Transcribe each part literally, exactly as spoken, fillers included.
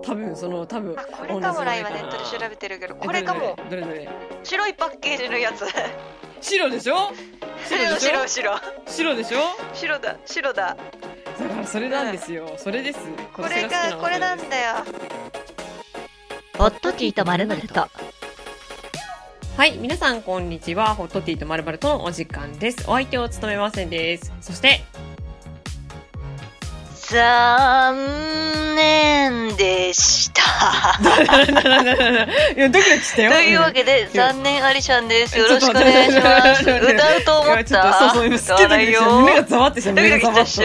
多分その多分あ、これかもな。今ネットで調べてるけど、これかも。 どれどれ。 白いパッケージのやつ。 白でしょ？ 白でしょ？白白白でしょ？ 白だ白だ。 だからそれなんですよ。それです。 これがこれなんだよ。 ホットティーとまるまると。 はい、皆さんこんにちは。ホットティーとまるまるとのお時間です。お相手を務めませんです。そして残念でした。 いやドキドキしたよ。 というわけで残念ありちゃんです。よろしくお願いします。歌うと思った。 そうそう、今好きだよ。胸がざわってした。胸がざわってした。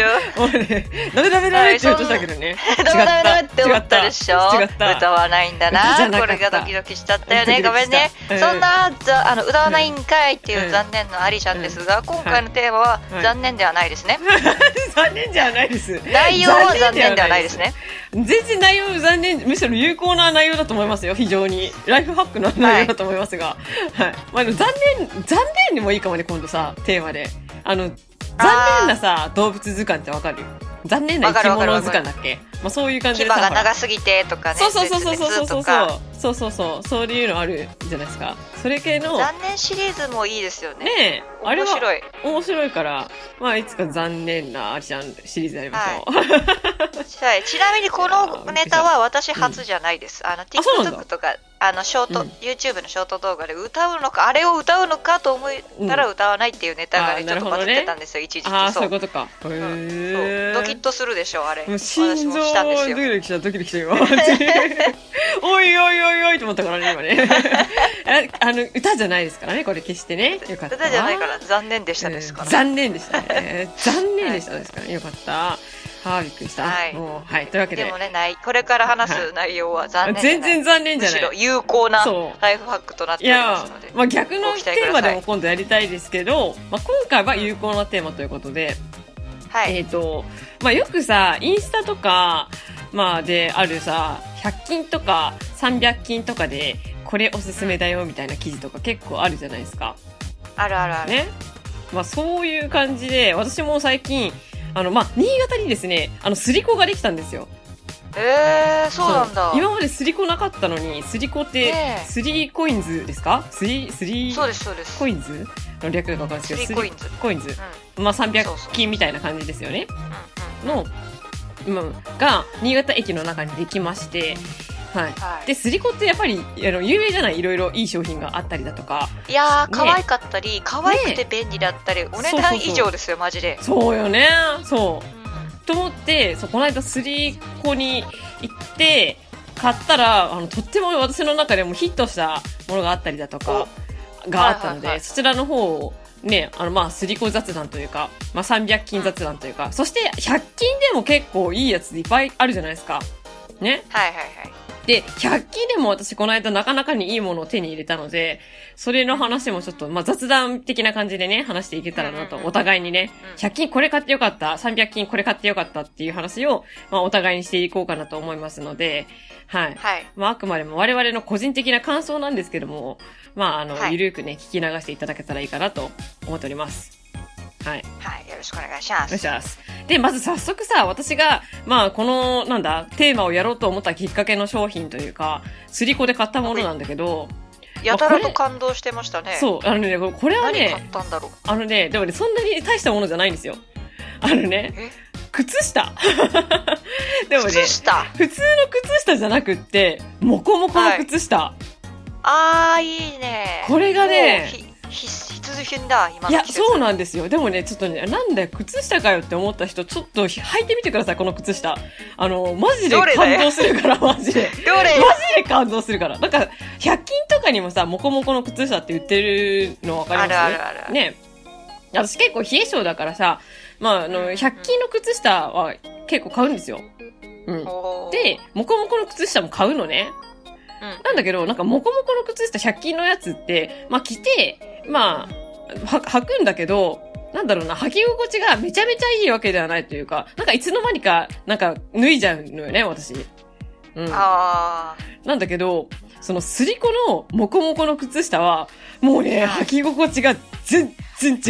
俺ね、ダメダメダメって言おうとしたけどね。 ダメダメダメって思ったでしょ。 違った。 歌わないんだな。これがドキドキしちゃったよね。ごめんね。そんなあの歌わないんかいっていう残念のありちゃんですが、今回のテーマは残念ではないですね。 残念じゃないです。 内容は残念ではないですね。 全然内容残念、むしろ有効な内容だと思いますよ。非常にライフハックな内容だと思いますが、はい、はい、まあ、残念残念にもいいかもね。今度さテーマであの残念なさ動物図鑑ってわかる？残念な生き物図鑑だっけ？まあそういう感じでさ、 牙が長すぎてとかね。 そうそうそうそうそうそうそうそうそうそうそういうのあるじゃないですか。それ系の残念シリーズもいいですよね。ねえ、あれは面白い面白いから、まあいつか残念なありちゃんシリーズやりましょう。 はい、ちなみにこのネタは私初じゃないです。あの TikTok とかあのショート、うん、YouTube のショート動画で歌うのかあれを歌うのかと思ったら歌わないっていうネタが、ね、うん、ちょっとバズってたんですよ、一時期。 あ、そういうことか。へー、そうドキッとするでしょあれ。 心臓ドキドキしたドキドキした今。おいおいおいおいと思ったからね今ね。あ, あの歌じゃないですからねこれ決してね。よかった。 歌じゃないから残念でしたですから、ね、 残念でしたね。残念でしたですから、ね、よかった。はあ、びっくりした。はい。もう、はい。というわけで。 でもね、ない、これから話す内容は残念じゃない。 全然残念じゃない。 むしろ有効なライフハックとなっておりますので。 いや、まあ逆のテーマでも今度やりたいですけど、まあ今回は有効なテーマということで、 はい。 えっと、まあよくさ、インスタとか、まあであるさ、ひゃく均とかさんびゃく均とかで、これおすすめだよみたいな記事とか結構あるじゃないですか。 あるあるある。 ね。まあそういう感じで、私も最近、あの、まあ、新潟にですね、あの、すりこができたんですよ。 えー、そうなんだ。 今まですりこなかったのに、すりこって、スリーコインズですか？スリー、スリー、 そうです、そうです。 コインズの略がわかるんですけど、 スリーコインズ。 コインズ。うん、まあ、さんびゃく均みたいな感じですよね。うんうん、の、今、が、新潟駅の中にできまして、はい。はい、で、すりこってやっぱり、あの、有名じゃない？いろいろいい商品があったりだとか。 いやー、可愛かったり、可愛くて便利だったり、ね、お値段以上ですよ、マジで。 そうよね。そう。と思って、そう、この間すりこに行って、買ったら、あの、とっても私の中でもヒットしたものがあったりだとか、があったので、はいはいはい、そちらの方を、ね、あの、まあ、すりこ雑談というか、まあ、さんびゃく均雑談というか、うん、そしてひゃく均でも結構いいやついっぱいあるじゃないですか。ね。 はいはいはい。 で、ひゃく均でも私この間なかなかにいいものを手に入れたので、それの話もちょっと、まあ、雑談的な感じでね、話していけたらなと、お互いにね、ひゃく均これ買ってよかった、さんびゃく均これ買ってよかったっていう話を、まあ、お互いにしていこうかなと思いますので、はい。はい。まあ、あくまでも我々の個人的な感想なんですけども、まあ、あの、はい、ゆるくね、聞き流していただけたらいいかなと思っております。はい。 はい。よろしくお願いします。 お願いします。で、まず早速さ、私が、まあ、この、なんだ、テーマをやろうと思ったきっかけの商品というか、すりこで買ったものなんだけど、 やたらと感動してましたね。 そう、あのね、これはね、 何買ったんだろう。 あのね、でもね、そんなに大したものじゃないんですよ。あのね、靴下。でもね、 靴下普通の靴下じゃなくって、モコモコの靴下。はい、 あー、いいね。 これがね、 必需品だ、今の季節。 いや、そうなんですよ。でもね、ちょっとね、なんだよ、靴下かよって思った人、ちょっと履いてみてください、この靴下。あの、マジで感動するから、マジで。 どれマジで感動するから。なんか、ひゃく均とかにもさ、モコモコの靴下って売ってるのわかります？ あるあるある。 ね。私結構冷え性だからさ、まあ、あの、ひゃく均の靴下は結構買うんですよ。うん。で、モコモコの靴下も買うのね。うん、なんだけど、なんか、モコモコの靴下ひゃく均のやつって、まあ、着て、まあ、は、履くんだけど、なんだろうな、履き心地がめちゃめちゃいいわけではないというか、なんかいつの間にか、なんか脱いじゃうのよね、私。うん。 あー。なんだけど、そのすりこのモコモコの靴下は、もうね、履き心地が全然違う。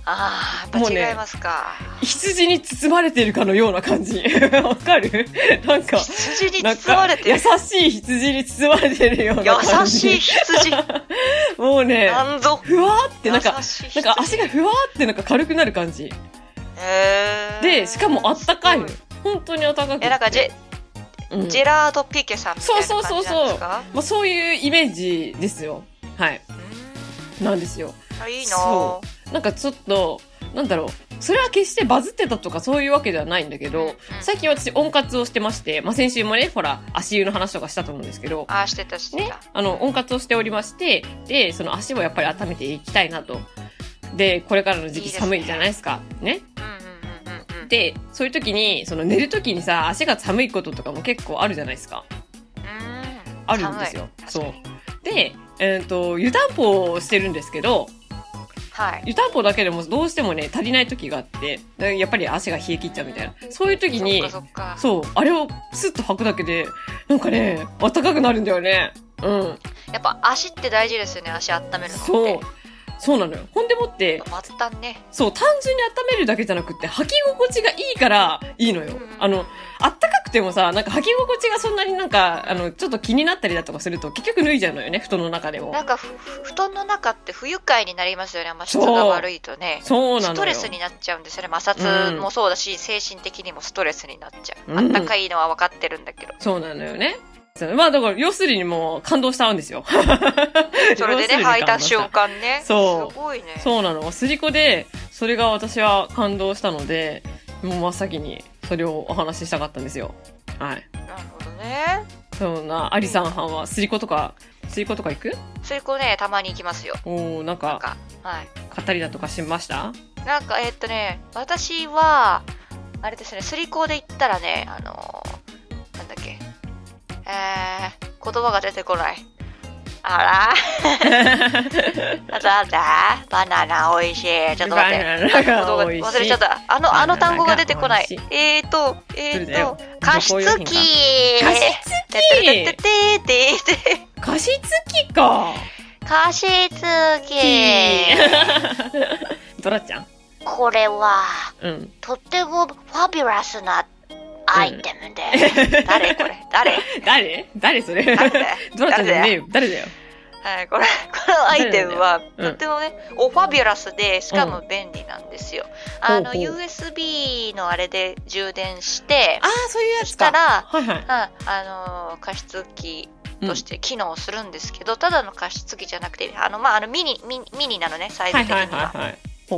あー、やっぱ違いますか。 ね、羊に包まれてるかのような感じ。わかる？なんか、 羊に包まれてる。 優しい羊に包まれてるような感じ。 優しい羊。 もうね、 なんぞふわーってなんか、なんか足がふわーってなんか軽くなる感じ。 へー。 で、しかもあったかいの。本当にあったかくて。 え、なんかジェ、うん、ジェラードピケさんみたいな感じなんですか？そうそうそうそう。まあ、そういうイメージですよ。はい。なんですよ。 あ、いいなそうなんかちょっとなんだろう、それは決してバズってたとかそういうわけではないんだけど、うんうん、最近私温活をしてまして、まあ、先週もねほら足湯の話とかしたと思うんですけど、 あ、してたしてた、 ね、あの温活をしておりまして、でその足をやっぱり温めていきたいなと。でこれからの時期寒いじゃないですかね。でそういう時にその寝る時にさ足が寒いこととかも結構あるじゃないですか。 うん、 あるんですよ。そうで、えーと、湯たんぽをしてるんですけど、 はい、 湯たんぽだけでもどうしてもね足りない時があって、やっぱり足が冷え切っちゃうみたいな、そういう時にそっかそっか、 そうあれをスッと履くだけでなんかね暖かくなるんだよね。うん。 やっぱ足って大事ですよね、足温めるのって。 そうそうなのよ。ほんでもって末端ね、 そう単純に温めるだけじゃなくって履き心地がいいからいいのよ。うん、あのあったかくてもさ、なんか履き心地がそんなになんかあのちょっと気になったりだとかすると結局脱いじゃうのよね、布団の中でも。 なんかふ布団の中って不愉快になりますよね、あんま質が悪いとね。 そうなのよ。 ストレスになっちゃうんですよね。摩擦もそうだし、うん、精神的にもストレスになっちゃう。あったかいのは分かってるんだけど。 そうなのよね。まあだから要するにもう感動したんですよ。 それでね履いた瞬間ね。 そう。 すごいね。 そうなの。スリコでそれが私は感動したので、もう真っ先にそれをお話ししたかったんですよ。はい。 なるほどね。 そうな、アリさんはんはスリコとかスリコとか行く？ スリコねたまに行きますよ。 おお、なんか、 なんかはい。 買ったりだとかしました？ なんかえー、っとね私はあれですね、スリコで行ったらね、あのー、なんだっけ。えー、言葉が出てこない。あらあとなんだバナナおいしい。ちょっと待って。忘れちゃった。あの、あの単語が出てこない。えーと、えーと、加湿器。 加湿器加湿器か。 加湿器。 ドラちゃん。 これは、 うん、 とってもファビュラスなアイテムで、うん、誰これ誰誰誰それ誰ドラちゃんじゃねえよ。誰だよ。 はい、これ、このアイテムは、とってもね、うん、ファビュラスで、しかも便利なんですよ。うん、あの、ほうほう ユーエスビー のあれで充電して、 ああ、そういうやつか。 そしたら、 はいはい、 あ、あのー、加湿器として機能するんですけど、うん、ただの加湿器じゃなくて、あの、まあ、あの、ミニ、ミニ、ミニなのね、サイズ的には。はいはいはいはい、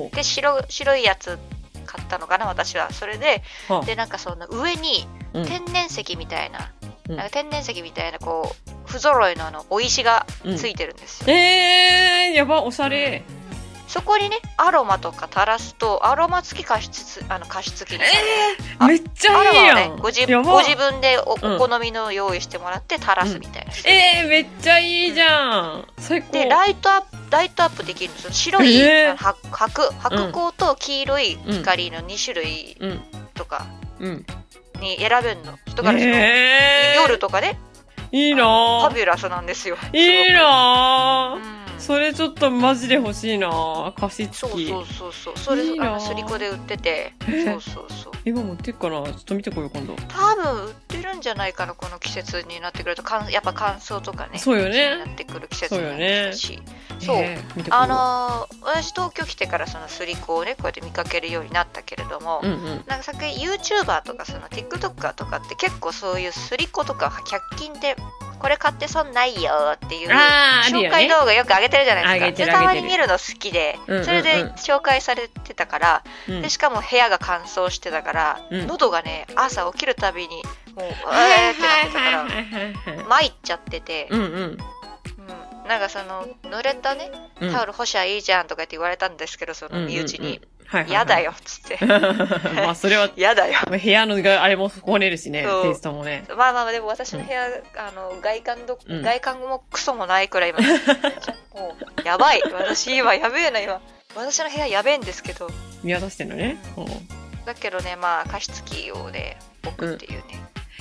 で、白、白いやつ買ったのかな、私は。それで、はあ、で、なんかその上に、天然石みたいな、うん、なんか天然石みたいな、こう、不揃いのあの、お石がついてるんですよ。 うん、えー、やば、おしゃれ。 そこにね、アロマとか垂らすと、アロマ付き加湿、あの加湿器になる。 えー、めっちゃいいやん。 アロマをね、ご自ご自分で お,、うん、お好みの用意してもらって垂らすみたいな、 うん。えー、めっちゃいいじゃん。最高。 で、ライトアップ、ライトアップできるんですよ。白い、えー、白、白光と黄色い光のに種類とかに選べるの。人からその、えー、夜とかね。 いいなぁ。 ファビュラスなんですよ。 いいなぁ。うん、それちょっとマジで欲しいなぁ。加湿器。 そうそうそうそう。それいいあのスリコで売ってて。そうそうそう。 今持ってっかな。ちょっと見てこよう今度。 多分売ってるんじゃないかな、この季節になってくると。かんやっぱ乾燥とかね。 そうよね。 なってくる季節になってきたし。そう。 えー、 あのー、私東京来てからそのスリコをねこうやって見かけるようになったけれども、 うんうん、 なんかさっき YouTuber とかその TikToker とかって結構そういうスリコとかひゃく均でこれ買って損ないよっていう紹介動画よく上げてるじゃないですか。たまに見るの好きで、うんうんうん、それで紹介されてたから、うん、でしかも部屋が乾燥してたから、うん、喉がね朝起きるたびにもうえーってなってたから参っちゃってて、 うんうんうん、 なんかその濡れたねタオル干しゃいいじゃんとかって言われたんですけど、その身内に嫌だよっつってまあそれは嫌だよ部屋のあれもこねるしね、テイストもね。 まあまあでも私の部屋、うん、あの外観ど、うん、外観もクソもないくらい今もうやばい、私今やべえな、今私の部屋やべえんですけど見渡してんのね、 うん、だけどねまあ加湿器をね置くっていうね、 う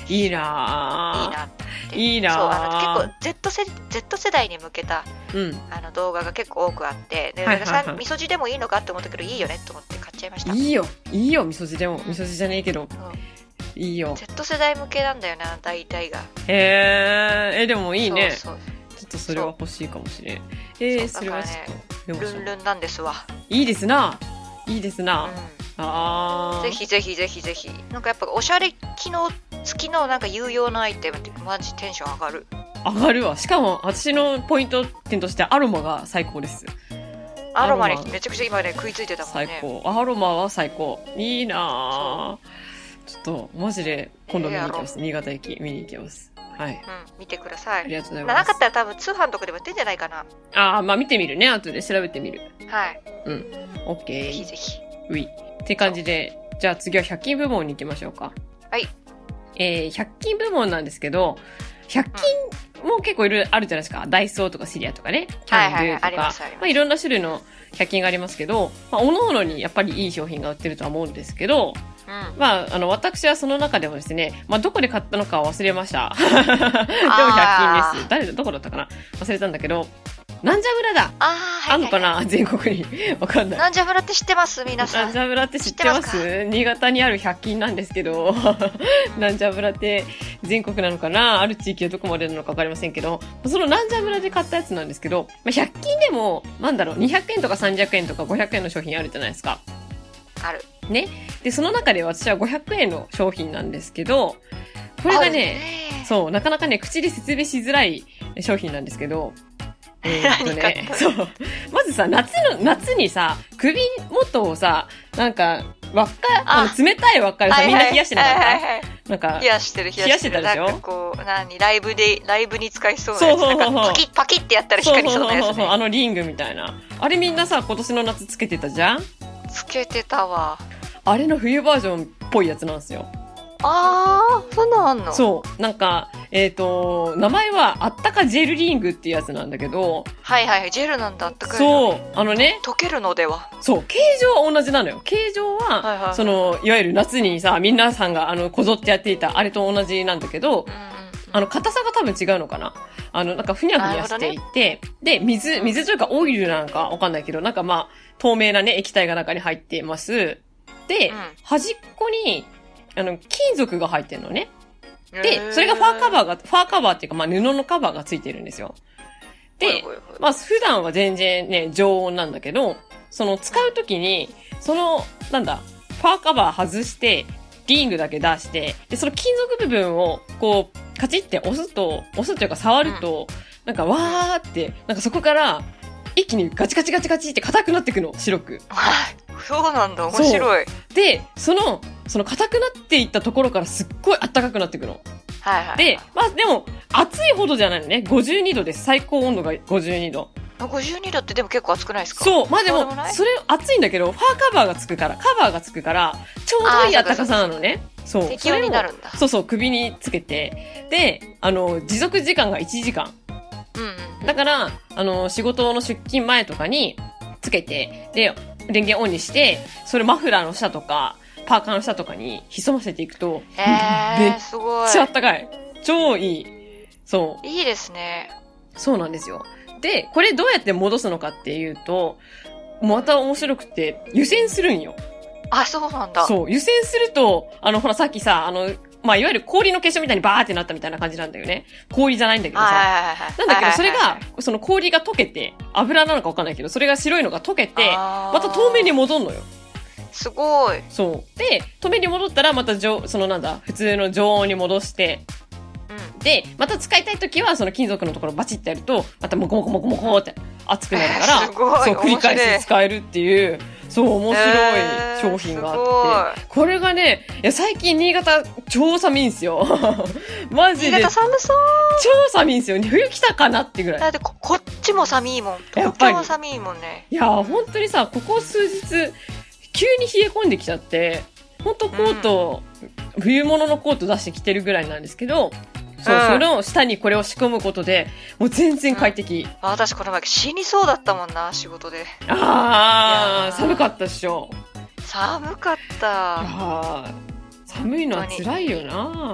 いいないいなっていいなそうあの結構 Z 世 Z 世代に向けた、 うん、 あの動画が結構多くあってで、はいはいはい、味噌汁でもいいのかって思ったけどいいよねと思って買っちゃいました。 いいよいいよ味噌汁でも味噌汁じゃねえけど、うん、いいよ Z 世代向けなんだよな大体が。 へえー、えでもいいね。 そうそうちょっとそれは欲しいかもしれん。えー、それはちょっとルンルンなんですわ。 いいですないいですな、うん、あぜひぜひぜひぜひなんかやっぱおしゃれ機能付きのなんか有用なアイテムってマジテンション上がる上がるわ。しかも私のポイント点としてアロマが最高です。 アロマにめちゃくちゃ今ね食いついてたもんね。 最高アロマは最高いいなちょっとマジで今度見に行きます、えー、新潟駅見に行きます。はい、うん、 見てください。 ありがとうございます。 なかったら多分通販とかでも売ってんじゃないかな。 ああまあ見てみるね後で調べてみる。 はいうんオッケーぜひぜひういって感じでじゃあ次はひゃく均部門に行きましょうか。 はいえー、ひゃく均部門なんですけどひゃく均も結構いろいろあるじゃないですか。ダイソーとかシリアとかねキャンドゥとか、はいはいはい、まあ、いろんな種類のひゃく均がありますけど、まあ、おのおのにやっぱりいい商品が売ってるとは思うんですけど、うん、まあ、あの、私はその中でもですね、まあ、どこで買ったのかは忘れました。でもひゃく均です。誰だ、どこだったかな忘れたんだけど、なんじゃ村だあ、はいはいはい、あんのかな全国に。わかんない。 なんじゃ村って知ってます皆さん。 なんじゃ村って知ってます？知ってます新潟にあるひゃく均なんですけど、なんじゃ村って全国なのかなある地域はどこまでなのかわかりませんけど、そのなんじゃ村で買ったやつなんですけど、まあ、ひゃく均でも、なんだろう、にひゃくえんとかさんびゃくえんとかごひゃくえんの商品あるじゃないですか。 ある。 ね。で、その中で私はごひゃくえんの商品なんですけど、これがね、そう、なかなかね、口で説明しづらい商品なんですけど、えー、っとね、そう。まずさ、夏の、夏にさ、首元をさ、なんか、輪っか、あの冷たい輪っかでさ、はいはい、みんな冷やしてなかった、はいはいはい、なんか、 冷やしてる、 冷やしてる。冷やしてたでしょ。 なんかこう、何、ライブで、ライブに使いそうなやつ。そうそうそうそう。パキッ、パキッってやったら光りそうなやつ、ね。そうそうそうそう。 あのリングみたいな。あれみんなさ、今年の夏つけてたじゃん？ つけてたわ。 あれの冬バージョンっぽいやつなんですよ。 あー、そんなんあんの？ そう。なんか、えっと、名前はあったかジェルリングっていうやつなんだけど。 はいはい、ジェルなんだ、あったかいの。そう。あのね。 溶けるのでは。 そう。形状は同じなのよ。形状は、はいはいはい、その、いわゆる夏にさ、皆さんが、あの、こぞってやっていた、あれと同じなんだけど、うんうんうん、あの、硬さが多分違うのかな。あの、なんかふにゃふにゃしていて、ね、で、水、水というかオイルなんかわかんないけど、なんかまあ、透明なね、液体が中に入ってます。で、うん、端っこに、あの、金属が入ってるのね。で、それがファーカバーが、ファーカバーっていうか、まあ、布のカバーがついてるんですよ。で、まあ、普段は全然ね、常温なんだけど、その、使うときに、その、なんだ、ファーカバー外して、リングだけ出して、で、その金属部分を、こう、カチって押すと、押すっていうか触ると、うん、なんか、わーって、なんかそこから、一気にガチガチガチガチって硬くなってくの、白く。 はい。そうなんだ、面白い。 で、その、その硬くなっていったところからすっごい暖かくなってくの。 はいはい。 で、まあでも、暑いほどじゃないのね。ごじゅうにどです。最高温度がごじゅうにど。 ごじゅうにどってでも結構暑くないですか？ そう。まあでも、それ暑いんだけど、ファーカバーがつくから、カバーがつくから、ちょうどいい暖かさなのね。そう。 適温になるんだ。 そうそう、首につけて。で、あの、持続時間がいちじかん。うんうん。だから、あの、仕事の出勤前とかにつけて、で、電源オンにして、それマフラーの下とか、パーカーの下とかに潜ませていくと、 えー、めっちゃあったかい。超いい。そう。 いいですね。 そうなんですよ。で、これどうやって戻すのかっていうと、また面白くて、湯煎するんよ。 あ、そうなんだ。 そう。湯煎すると、あの、ほらさっきさ、あの、まあ、いわゆる氷の結晶みたいにバーってなったみたいな感じなんだよね。氷じゃないんだけどさ。なんだけど、それが、その氷が溶けて、油なのかわかんないけど、それが白いのが溶けて、また透明に戻んのよ。 すごい。 そう。で、透明に戻ったら、また常、そのなんだ、普通の常温に戻して、うん、で、また使いたいときは、その金属のところバチってやると、またモコモコモコモコって熱くなるから、 すごい。 そう、繰り返し使えるっていう、そう、面白い商品があって、これがね、いや、最近新潟超寒いんすよ。マジで。 新潟寒そう。 超寒いんすよ。冬来たかなってぐらい。 だってこ、こっちも寒いもん。東京も寒いもんね。 いや、本当にさ、ここ数日、急に冷え込んできちゃって、ほんとコート、うん、冬物のコート出してきてるぐらいなんですけど、そう、うん、その下にこれを仕込むことで、もう全然快適。 うん、あ、私この前死にそうだったもんな、仕事で。 ああ、寒かったっしょ。 寒かった。 あ寒いのは辛いよな。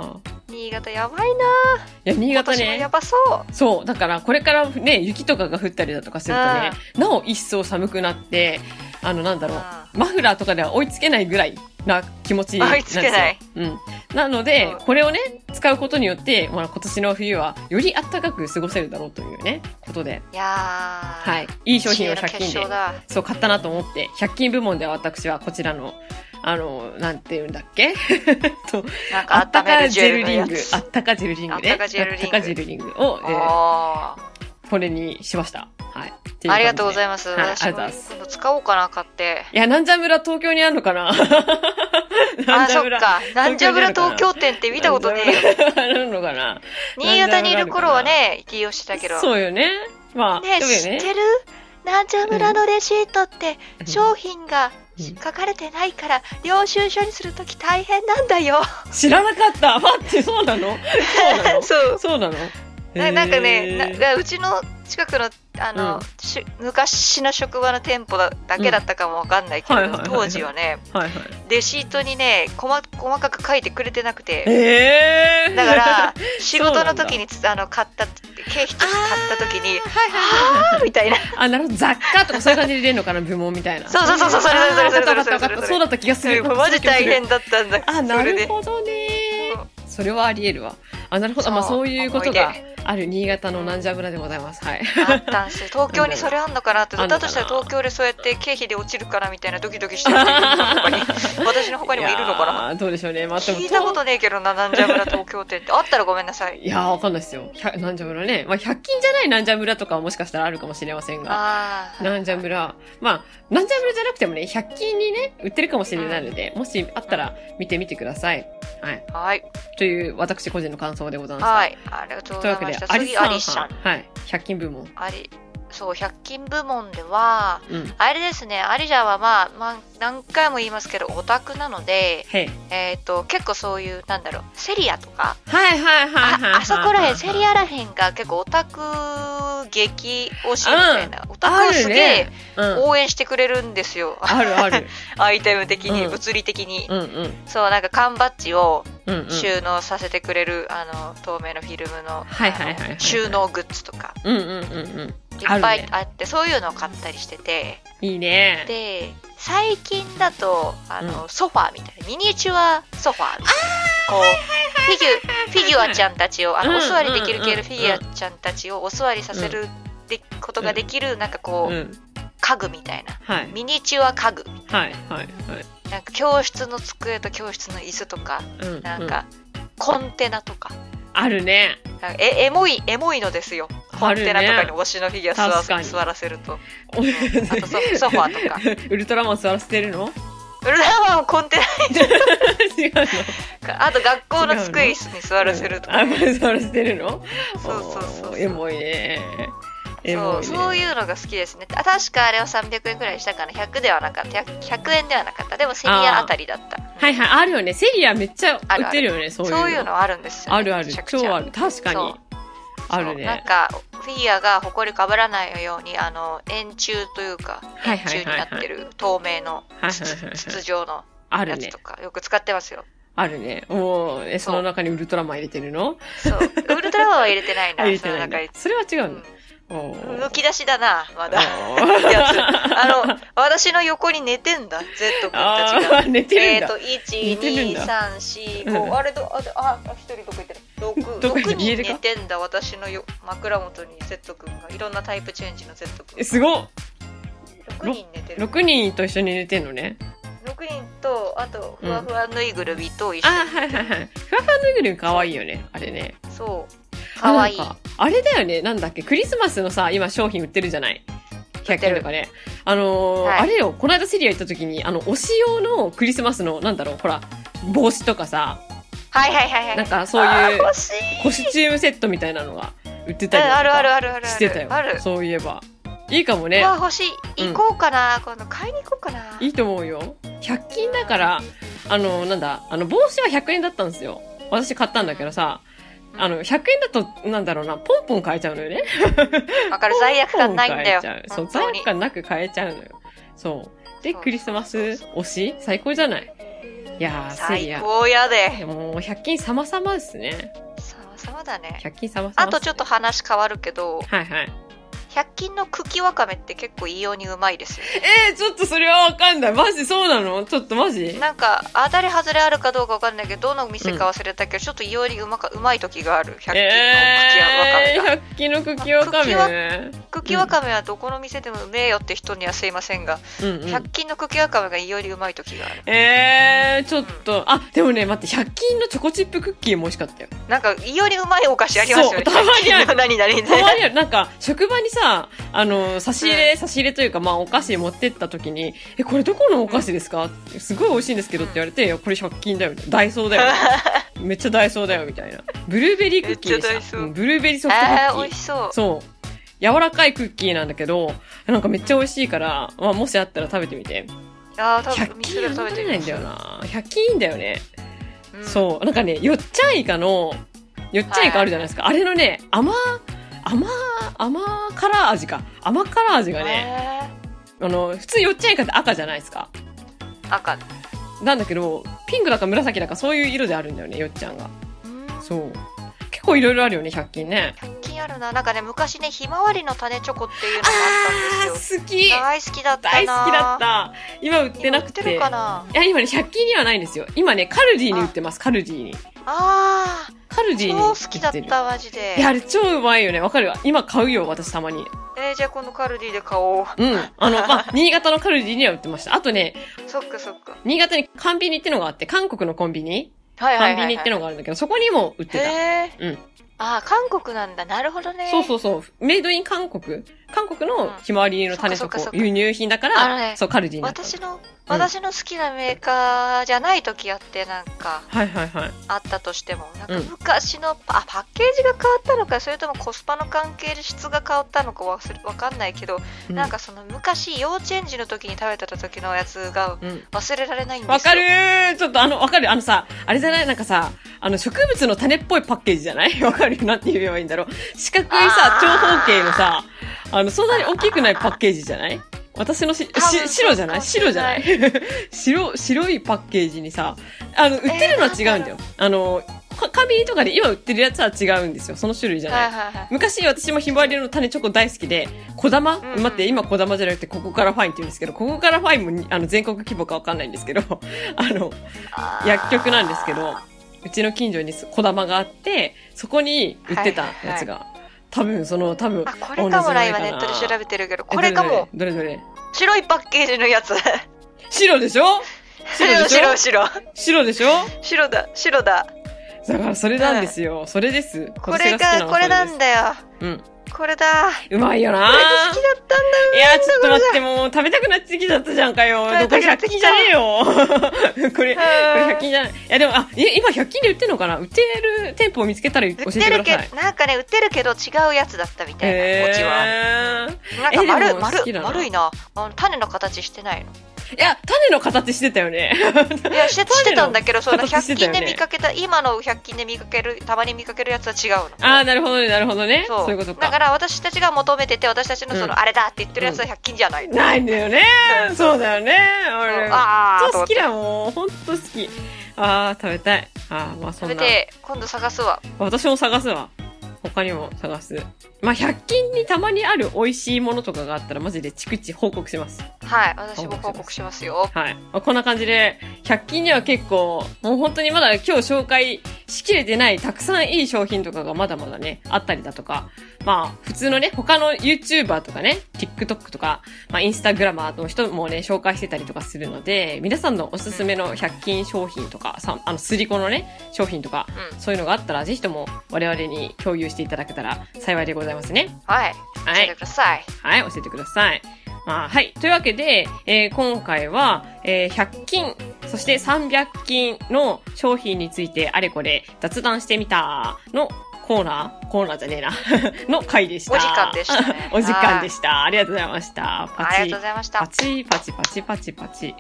新潟やばいな。いや、新潟ね。 やばそう。 そう。だから、これからね、雪とかが降ったりだとかするとね、なお一層寒くなって、あの、なんだろう、マフラーとかでは追いつけないぐらいな気持ちなんですよ。追いつけない。うん。なので、うん、これをね、使うことによって、まあ、今年の冬は、より暖かく過ごせるだろうというね、ことで。 いやー。 はい。いい商品をひゃく均で、そう、買ったなと思って、ひゃく均部門では私はこちらの、あの、なんて言うんだっけと、 なんかあったかジェルリング。 あったかジェルリングね。あったかジェルリング。あったかジェルリングを、えー、これにしました。はい。 ありがとうございます。 はい、ありがとうございます。 今度使おうかな、買って。 いや、なんじゃ村東京にあるのかなあ、そっか。なんじゃ村東京店って見たことねえよ。 あるのかな新潟にいる頃はね、利用してたけど。 そうよね。まあ、 ねえ、知ってる？なんじゃ村のレシートって、商品が書かれてないから、領収書にするとき大変なんだよ。 知らなかった。待って、そうなの？そうなの？ そう。 そうなの？ な, なんかねな、うちの近くの、あの、うん、し昔の職場の店舗 だ, だけだったかもわかんないけど、うんはいはいはいはい、当時はね、はいはい、レシートにね細、細かく書いてくれてなくて、 えー、 だから仕事の時にあの買った経費として買った時に、あーみたいな。 あ、なるほど、雑貨とかそういう感じで入れるのかな、部門みたいな。 そうそうそうそう、それそれそれそれそれそれそれ。 そうだった気がする。 マジ大変だったんだ。 あ、なるほどね。それはあり得るわ。あ、なるほど。まあそういうことがある新潟のなんじゃ村でございます。はい。 あったんですよ。東京にそれあんのかなって。だとしたら東京でそうやって経費で落ちるからみたいなドキドキしてる人の他に、私の他にもいるのかな。 どうでしょうね。まあ、 聞いたことねえけどな、なんじゃ村東京店って。あったらごめんなさい。 いやー、わかんないですよ。なんじゃ村ね。まあひゃく均じゃないなんじゃ村とかはもしかしたらあるかもしれませんが。あなんじゃ村。まあ、なんじゃ村じゃなくてもね、ひゃく均にね、売ってるかもしれないので、うん、もしあったら見てみてください。はい。 はい。 という私個人の感想でございます。 はい。ありがとうございました。次、アリさん。 はい。ひゃく均部門。 あり、そう、ひゃく均部門では、うん、あれですね、アリジャはまあ、まあ、何回も言いますけど、オタクなので、えっと、結構そういう、なんだろう、セリアとか、 はいはいはいはい。 あそこらへん、セリアらへんが結構オタク激推しみたいな、うん、オタクをすげえ応援してくれるんですよ。 あるある。 アイテム的に、うん、物理的に、うんうん。そう、なんか缶バッジを収納させてくれる、あの、透明のフィルムの、 はいはいはいはい、 収納グッズとか。 うんうんうんうん。 いっぱいあって、ね、そういうのを買ったりしてて。 いいね。 で、最近だと、あの、うん、ソファーみたいな、ミニチュアソファーみたいな。こう、フィギュ、フィギュアちゃんたちを、あの、お座りできる系のフィギュアちゃんたちをお座りさせることができる、なんかこう、うん、家具みたいな。はい、ミニチュア家具みたいな。はいはいはい。なんか教室の机と教室の椅子とか、うん、なんか、コンテナとか。 あるね。 え、エモい、エモいのですよ。コンテナとかに推しのフィギュア座ら座らせると。うん、あとソ、ソファーとか。 ウルトラマン座らせてるの？ ウルトラマンはコンテナに違うの。あと学校の机椅子に座らせるとか、 ね。あ、座らせてるの？ そうそうそうそう。 エモいね。 そう、そういうのが好きですね。あ、確かあれはさんびゃくえんくらいしたかな。ひゃくではなかった。ひゃくえんではなかった。でもセリアあたりだった。 はいはい、あるよね。セリアめっちゃ売ってるよね。 あるある、そういうの。そういうのあるんですよ、ね。 あるある。超ある。確かに。あるね。 なんかフィギュアがホコリかぶらないように、あの円柱というか円柱になってる透明の筒状のやつとかよく使ってますよ。 あるね。もう、え、その中にウルトラマン入れてるの？ そう。ウルトラマンは入れてないな。 入れてないな。それは違うんだ。 むき出しだな、まだ。やつ。あの、私の横に寝てんだ、Z 君たちが。 寝てるんだ。 えっと、いち、に、さん、よん、ご、あれど、あ、ひとりどこ行ってる。ろく、ろくにん寝てんだ、私のよ枕元に Z 君が。いろんなタイプチェンジの Z 君。 え、すごっ。 ろくにん寝てる。 ろくにんと一緒に寝てんのね。 ろくにんと、あと、ふわふわぬいぐるみと一緒に。 あ、はいはいはい。ふわふわぬいぐるみかわいいよね、あれね。 そう。かわいい。 あれだよね、なんだっけ、クリスマスのさ、今商品売ってるじゃない？ひゃくえんとかね。あのーはい、あれよ、この間セリア行った時に、あの、推し用のクリスマスの、なんだろう、ほら、帽子とかさ、 はいはいはいはい。 なんかそういうコスチュームセットみたいなのが売ってたりとかあるあるあるあるしてたよ。ある。そういえば。いいかもね。 わ、欲しい。行こうかな、うん、今度買いに行こうかな。 いいと思うよ。ひゃく均だから、あの、なんだ、あの、帽子はひゃくえんだったんですよ。私買ったんだけどさ、あの、ひゃくえんだと、なんだろうな、ポンポン買えちゃうのよね。 わかる、罪悪感ないんだよ。 そう、罪悪感なく買えちゃうのよ。そう。で、クリスマス推し最高じゃない？ いやー、セリア。 最高やで。 もうひゃく均様々ですね。 様々だね。 ひゃく均様々、ね。 あとちょっと話変わるけど、 はいはい。 ひゃく均の茎わかめって結構いいようにうまいですよ、ね。 えー、ちょっとそれはわかんない。マジそうなの？ちょっとマジ？ なんか、当たり外れあるかどうかわかんないけど、どの店か忘れたけど、うん、ちょっといいようにうまか、うまい時がある。ひゃく均の茎わかめが。 えー、ひゃく均の茎わかめ。 茎わかめはどこの店でもうめえよって人にはすいませんが、うんうん、ひゃく均の茎わかめがいいようにうまい時がある。 えー、ちょっと、うん、あ、でもね、待って、ひゃく均のチョコチップクッキーも美味しかったよ。 なんか、いいようにうまいお菓子ありますよね。 そう、たまにある。 何々ね。 たまにある。なんか、職場にさ、あの、差し入れ、うん、差し入れというか、まあ、お菓子持ってった時に、え、これどこのお菓子ですか？うん、すごい美味しいんですけどって言われて、いや、これひゃく均だよ、ダイソーだよ。めっちゃダイソーだよ、みたいな。ブルーベリークッキーでした。ブルーベリーソフトクッキー。 えー、美味しそう。 そう。柔らかいクッキーなんだけど、なんかめっちゃ美味しいから、まあ、もしあったら食べてみて。 ああ、多分ひゃく均食べてないんだよな。ひゃく均いいんだよね。 うん、 そう。なんかね、よっちゃんイカの、よっちゃんイカあるじゃないですか。はい、あれのね、甘、甘、甘辛味か。甘辛味がね、あの、普通よっちゃんイカって赤じゃないですか。 赤。 なんだけど、ピンクだか紫だかそういう色であるんだよね、よっちゃんが。そう。結構いろいろあるよね、ひゃく均ね。 ひゃく均あるな。なんかね、昔ね、ひまわりの種チョコっていうのがあったんですよ。 好き。 大好きだったな。 大好きだった。今売ってなくて。 今売ってるかな？ いや、今ね、ひゃく均にはないんですよ。今ね、カルディに売ってます、カルディに。 ああ。 カルディに超好きだった、マジで。 いや、あれ超うまいよね。わかるわ。今買うよ、私たまに。 えー、じゃあ今度カルディで買おう。 うん。あの、まあ、新潟のカルディには売ってました。あとね、 そっかそっか。 新潟にコンビニってのがあって、韓国のコンビニはいはいはい、はい。 コンビニってのがあるんだけど、そこにも売ってた。 へー。うん。 ああ、韓国なんだ。なるほどね。 そうそうそう。メイドイン韓国。韓国のひまわりの種チョコ、輸入品だから、ね、そう、カルディになった。 私の、私の好きなメーカーじゃない時あって、なんか、 はいはいはい。 あったとしても、なんか昔の、うん、あ、パッケージが変わったのか、それともコスパの関係で質が変わったのかわかんないけど、うん、なんかその昔、幼稚園児の時に食べた時のやつが忘れられないんですよ。 わかるー。ちょっとあの、わかる。あのさ、あれじゃない？なんかさ、あの植物の種っぽいパッケージじゃない？わかるよ。なんて言えばいいんだろう。四角いさ、長方形のさ、あの、そんなに大きくないパッケージじゃない？私のし、し、白じゃない白じゃない白、白いパッケージにさ、あの、売ってるのは違うんだよ。あの、コンビニとかで今売ってるやつは違うんですよ。その種類じゃない。 はいはいはい、 昔私もひまわりの種チョコ大好きで、こだま、うんうん、待って、今こだまじゃなくてここからファインって言うんですけど、ここからファインもあの全国規模かわかんないんですけど、あの、薬局なんですけど、うちの近所にこだまがあって、そこに売ってたやつが。はいはいはい、多分、その、多分。 あ、これかもな、今ネットで調べてるけど、これかも。 どれどれ白いパッケージのやつ。 白でしょ？ 白でしょ？白、白。 白でしょ？ 白だ、白だ。 だからそれなんですよ。うん、それです。 これが、これなんだよ。 うん。 これだ。 うまいよな。 これ好きだったんだよ。 いや、ちょっと待って、もう食べたくなってきちゃったじゃんかよ。どこひゃく均じゃねえよ。これ、これひゃく均じゃない。いや、でも、あ、今ひゃく均で売ってんのかな？売ってる店舗を見つけたら教えてください。売ってるけど、なんかね、売ってるけど違うやつだったみたいな。えー、こっちは。なんか丸、丸、丸いな。種の形してないの。 いや、種の形してたよね。 いや、して、してたんだけど、そのひゃく均で見かけた、今のひゃく均で見かける、たまに見かけるやつは違うの。 ああ、なるほどね、なるほどね。そう。そういうことか。 だから私たちが求めてて、私たちのその、うん、あれだって言ってるやつはひゃく均じゃない。 うん、ないんだよね。そうだよね。俺、ああ、好きだもん。ほんと好き。ああ、食べたい。ああ、まあそんな。 食べて、今度探すわ。 私も探すわ。他にも探す。まあ、ひゃく均にたまにある美味しいものとかがあったらマジで逐一報告します。 はい、私も報告しますよ。 はい。まあ、こんな感じで、ひゃく均には結構、もう本当にまだ今日紹介しきれてないたくさんいい商品とかがまだまだね、あったりだとか、まあ、普通のね、他の YouTuber とかね、TikTok とか、まあ、Instagrammer の人もね、紹介してたりとかするので、皆さんのおすすめのひゃく均商品とか、さあの、スリコのね、商品とか、うん、そういうのがあったら、ぜひとも我々に共有していただけたら幸いでございますね。 はい。はい。教えてください。 はい、教えてください。まあ、はい。というわけで、えー、今回は、えー、ひゃく均、そしてさんびゃく均の商品についてあれこれ雑談してみたのコーナーコーナーじゃねえなの回でした。 お時間でしたね。 お時間でした。ありがとうございました。 パチ。ありがとうございました。 パチパチパチパチパチ。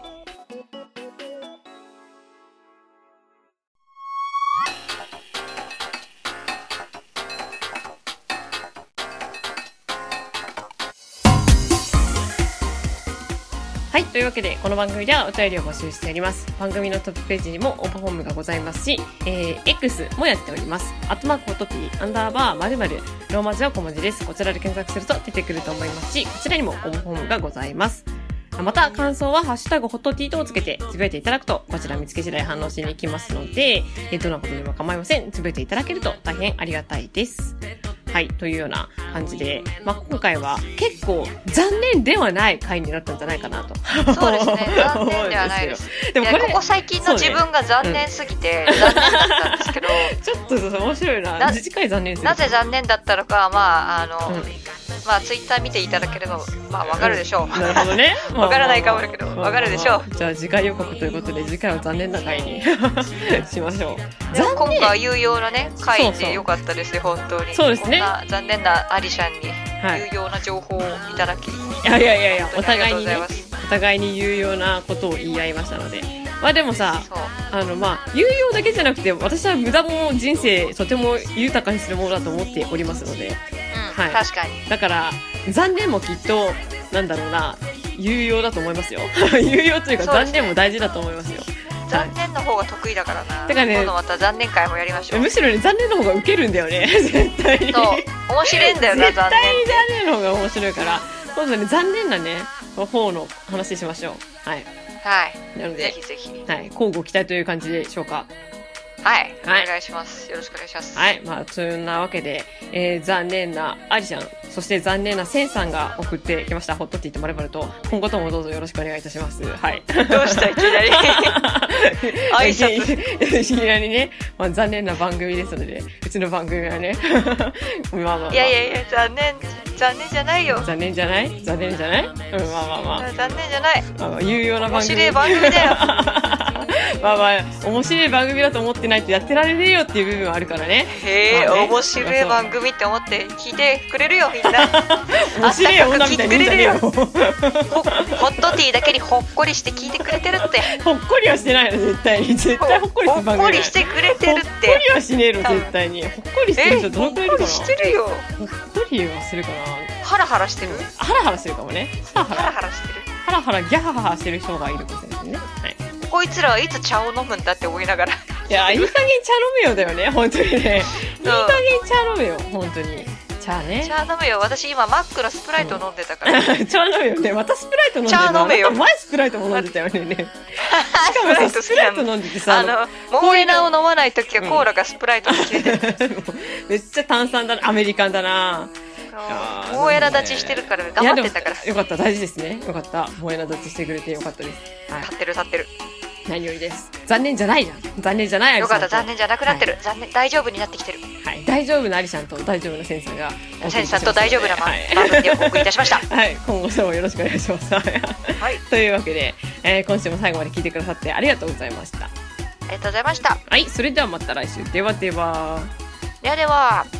はい、というわけでこの番組ではお便りを募集しております。番組のトップページにも応募フォームがございますし、えー、X もやっております。アットマークホットティーアンダーバー〇〇ローマ字は小文字です。こちらで検索すると出てくると思いますし、こちらにも応募フォームがございます。また感想はハッシュタグホットティーとつけてつぶやいていただくと、こちら見つけ次第反応しに行きますので、えどんなことでも構いません。つぶやいていただけると大変ありがたいです。はい、というような感じで、まあ、今回は結構残念ではない回になったんじゃないかなと。 そうですね、残念ではないです。でもこれここ最近の自分が残念すぎて、残念だったんですけど、 ちょっと面白いな。な次回残念する。 なぜ残念だったのか、まああの、うんまあツイッター見ていただければまあわかるでしょう。 なるほどね。 わからないかもだけどわかるでしょう。 じゃあ次回予告ということで次回は残念な回にしましょう。 でも今回は有用なね回で良かったですよ本当に。 そうですね。 こんな残念なアリシャンに有用な情報をいただき、いやいやいやいやお互いにねお互いに有用なことを言い合いましたので。まあでもさ、あのまあ有用だけじゃなくて私は無駄も人生とても豊かにするものだと思っておりますので、うんはい、確かに。 だから残念もきっとなんだろうな有用だと思いますよ。有用というか残念も大事だと思いますよ。 残念の方が得意だからな。 だからね、 今度また残念会もやりましょう。 むしろね残念の方がウケるんだよね。絶対に。 そう面白いんだよな。 絶対に残念の方が面白いから、今度ね残念なね方の話しましょう。はい。 はい。 なのでぜひぜひ。 はい。交互期待という感じでしょうか。 はい。はい、お願いします。よろしくお願いします。 はい。まあ、そんなわけで、えー、残念なアリちゃん、そして残念なセンさんが送ってきました。ホットティーとまるまると、今後ともどうぞよろしくお願いいたします。はい。 どうしたいきなり挨拶。 いきなりね、まあ、残念な番組ですので、うちの番組はね。まあまあ、まあ。 いやいやいや、残念、残念じゃないよ。 残念じゃない残念じゃないうん、まあまあまあ。 残念じゃない。 まあまあ、有用な番組。 面白い番組だよ。 まあまあ、面白い番組だと思ってないとやってられねえよっていう部分はあるからね。 へえ、まあね、面白い番組って思って聞いてくれるよ、みんな。 面白い女みたいに言うんじゃねえよ。ホットティーだけにほっこりして聞いてくれてるって。 ほっこりはしてないの、絶対に。絶対ほっこりする番組。 ほっこりしてくれてるって。 ほっこりはしねえの、絶対に。ほっこりしてる人どのくらいいるかな。 ほっこりしてるよ。 ほっこりはするかな。 ハラハラしてるハラハラしてるかもね。 ハラハラハラしてる。 ハラハラギャハハしてる人がいるかもしれないね。はい。 こいつらはいつ茶を飲むんだって思いながら。 いや、いい加減茶飲めよだよね、本当にね。いい加減茶飲めよ、本当に。茶ね。 茶飲めよ。私今マックのスプライト飲んでたから。 茶飲めよね。またスプライト飲んでた。 茶飲めよ。 前スプライトも飲んでたよね。しかもさ、スプライト飲んでてさ、 あの、モエナを飲まないときはコーラがスプライトに切れてる。 めっちゃ炭酸だな、アメリカンだな。 モーエラ立ちしてるから頑張ってたから。 よかった、大事ですね。よかった。モーエラ立ちしてくれてよかったです。 はい、立ってる立ってる。 何よりです。残念じゃないじゃん。残念じゃないアリよかった、残念じゃなくなってる。はい、残念、大丈夫になってきてる。 はい、大丈夫なアリちゃんと大丈夫なセンさんが。 センさんと大丈夫な番組でお送りいたしました。 はい、今後ともよろしくお願いします。はい。というわけで、えー、今週も最後まで聞いてくださってありがとうございました。ありがとうございました。 はい、それではまた来週。ではでは。 ではでは。